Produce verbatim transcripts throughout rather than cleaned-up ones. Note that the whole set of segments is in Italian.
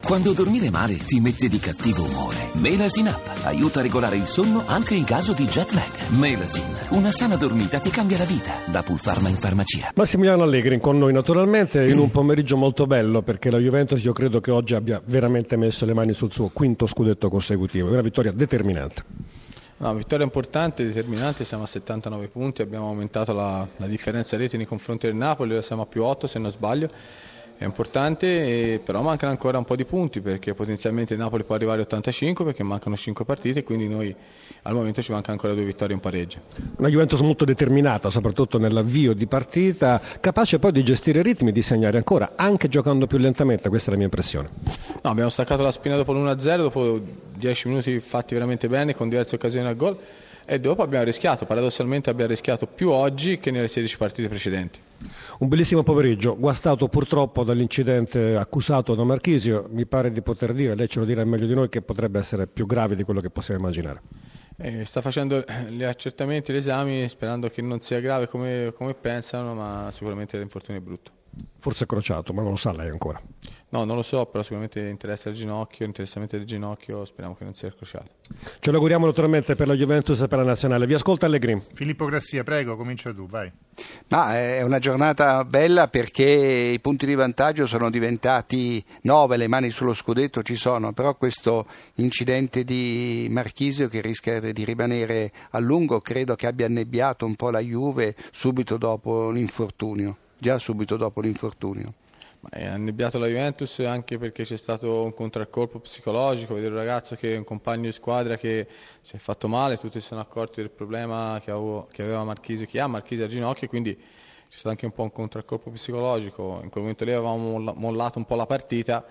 Quando dormire male ti mette di cattivo umore, Melasin Up aiuta a regolare il sonno anche in caso di jet lag. Melasin, una sana dormita ti cambia la vita. Da Pulpharma in farmacia. Massimiliano Allegri con noi naturalmente in un pomeriggio molto bello, perché la Juventus io credo che oggi abbia veramente messo le mani sul suo quinto scudetto consecutivo. È una vittoria determinante. No, vittoria importante, determinante, siamo a settantanove punti, abbiamo aumentato la, la differenza reti nei confronti del Napoli, ora siamo a più otto se non sbaglio, è importante, e, però mancano ancora un po' di punti perché potenzialmente il Napoli può arrivare a ottantacinque perché mancano cinque partite, quindi noi al momento ci mancano ancora due vittorie e un pareggio. Una Juventus molto determinata, soprattutto nell'avvio di partita, capace poi di gestire i ritmi e di segnare ancora, anche giocando più lentamente, questa è la mia impressione. No, abbiamo staccato la spina dopo l'uno a zero, dopo dieci minuti fatti veramente bene con diverse occasioni al gol e dopo abbiamo rischiato, paradossalmente abbiamo rischiato più oggi che nelle sedici partite precedenti. Un bellissimo pomeriggio, guastato purtroppo dall'incidente accusato da Marchisio, mi pare di poter dire, lei ce lo dirà meglio di noi, che potrebbe essere più grave di quello che possiamo immaginare. Eh, sta facendo gli accertamenti, gli esami, sperando che non sia grave come, come pensano, ma sicuramente l'infortunio è brutto. Forse è crociato, ma non lo sa lei ancora. No, non lo so, però sicuramente interessa il ginocchio, interessamento del ginocchio, speriamo che non sia crociato. Ce lo auguriamo naturalmente per la Juventus e per la Nazionale. Vi ascolta Allegri. Filippo Grassia, prego, comincia tu, vai. Ma è una giornata bella perché i punti di vantaggio sono diventati nove, le mani sullo scudetto ci sono, però questo incidente di Marchisio che rischia di rimanere a lungo credo che abbia annebbiato un po' la Juve subito dopo l'infortunio, già subito dopo l'infortunio. Ma è annebbiato la Juventus anche perché c'è stato un contraccolpo psicologico, vedere un ragazzo che è un compagno di squadra che si è fatto male, tutti si sono accorti del problema che, avevo, che aveva Marchisio, che ha Marchisio al ginocchio, quindi c'è stato anche un po' un contraccolpo psicologico. In quel momento lì avevamo mollato un po' la partita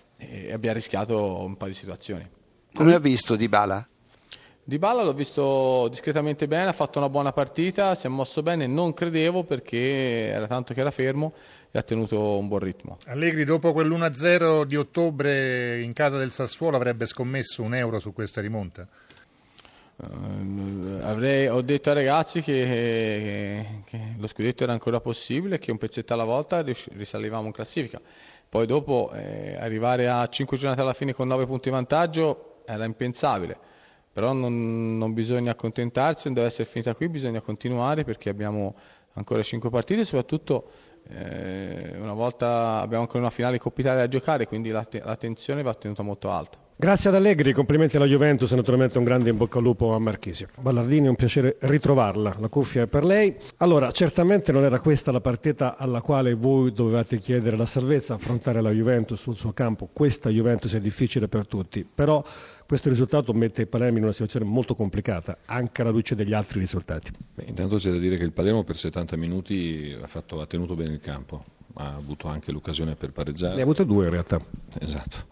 e abbiamo rischiato un paio di situazioni. Come ha visto Dybala? Dybala l'ho visto discretamente bene, ha fatto una buona partita, si è mosso bene, non credevo perché era tanto che era fermo e ha tenuto un buon ritmo. Allegri, dopo quell'uno a zero di ottobre in casa del Sassuolo avrebbe scommesso un euro su questa rimonta? Uh, avrei, ho detto ai ragazzi che, che, che lo scudetto era ancora possibile, che un pezzetto alla volta risalivamo in classifica. Poi dopo eh, arrivare a cinque giornate alla fine con nove punti di vantaggio era impensabile. Però non, non bisogna accontentarsi, non deve essere finita qui, bisogna continuare perché abbiamo ancora cinque partite e soprattutto eh, una volta abbiamo ancora una finale Coppa Italia da giocare, quindi la, te- la tensione va tenuta molto alta. Grazie ad Allegri, complimenti alla Juventus e naturalmente un grande in bocca al lupo a Marchisio. Ballardini, è un piacere ritrovarla, la cuffia è per lei. Allora, certamente non era questa la partita alla quale voi dovevate chiedere la salvezza, affrontare la Juventus sul suo campo. Questa Juventus è difficile per tutti, però questo risultato mette il Palermo in una situazione molto complicata, anche alla luce degli altri risultati. Beh, intanto c'è da dire che il Palermo per settanta minuti ha, fatto, ha tenuto bene il campo, ha avuto anche l'occasione per pareggiare. Ne ha avute due in realtà. Esatto.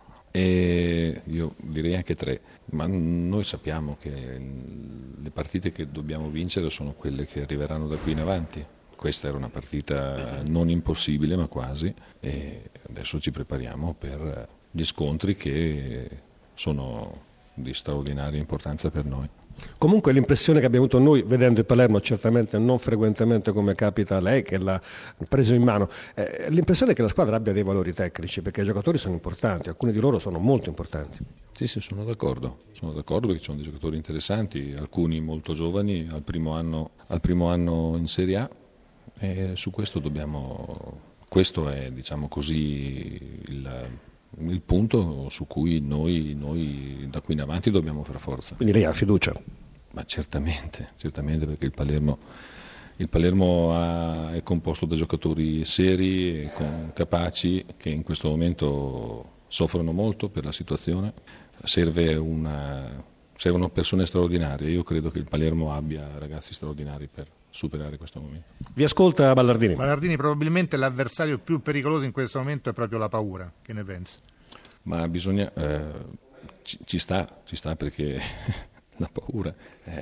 E io direi anche tre, ma noi sappiamo che le partite che dobbiamo vincere sono quelle che arriveranno da qui in avanti. Questa era una partita non impossibile ma quasi, e adesso ci prepariamo per gli scontri che sono di straordinaria importanza per noi. Comunque l'impressione che abbiamo avuto noi vedendo il Palermo, certamente non frequentemente come capita a lei che l'ha preso in mano, eh, l'impressione è che la squadra abbia dei valori tecnici, perché i giocatori sono importanti, alcuni di loro sono molto importanti. Sì, sì, sono d'accordo, sono d'accordo perché ci sono dei giocatori interessanti, alcuni molto giovani, al primo anno, al primo anno in Serie A, e su questo dobbiamo, questo è diciamo così il... il punto su cui noi, noi da qui in avanti dobbiamo fare forza. Quindi lei ha fiducia? Ma certamente, certamente perché il Palermo, il Palermo ha, è composto da giocatori seri, e con, capaci, che in questo momento soffrono molto per la situazione. Serve una, servono persone straordinarie. Io credo che il Palermo abbia ragazzi straordinari per superare questo momento. Vi ascolta Ballardini. Ballardini, probabilmente l'avversario più pericoloso in questo momento è proprio la paura, che ne pensi? Ma bisogna, eh, ci, ci sta, ci sta perché la paura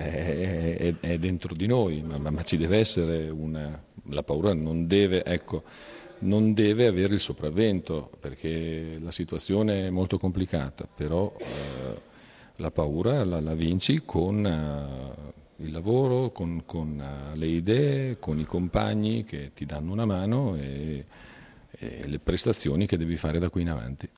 è, è, è dentro di noi, ma, ma ci deve essere una, la paura non deve, ecco, non deve avere il sopravvento perché la situazione è molto complicata, però eh, la paura la, la vinci con eh, il lavoro, con, con uh, le idee, con i compagni che ti danno una mano e, e le prestazioni che devi fare da qui in avanti.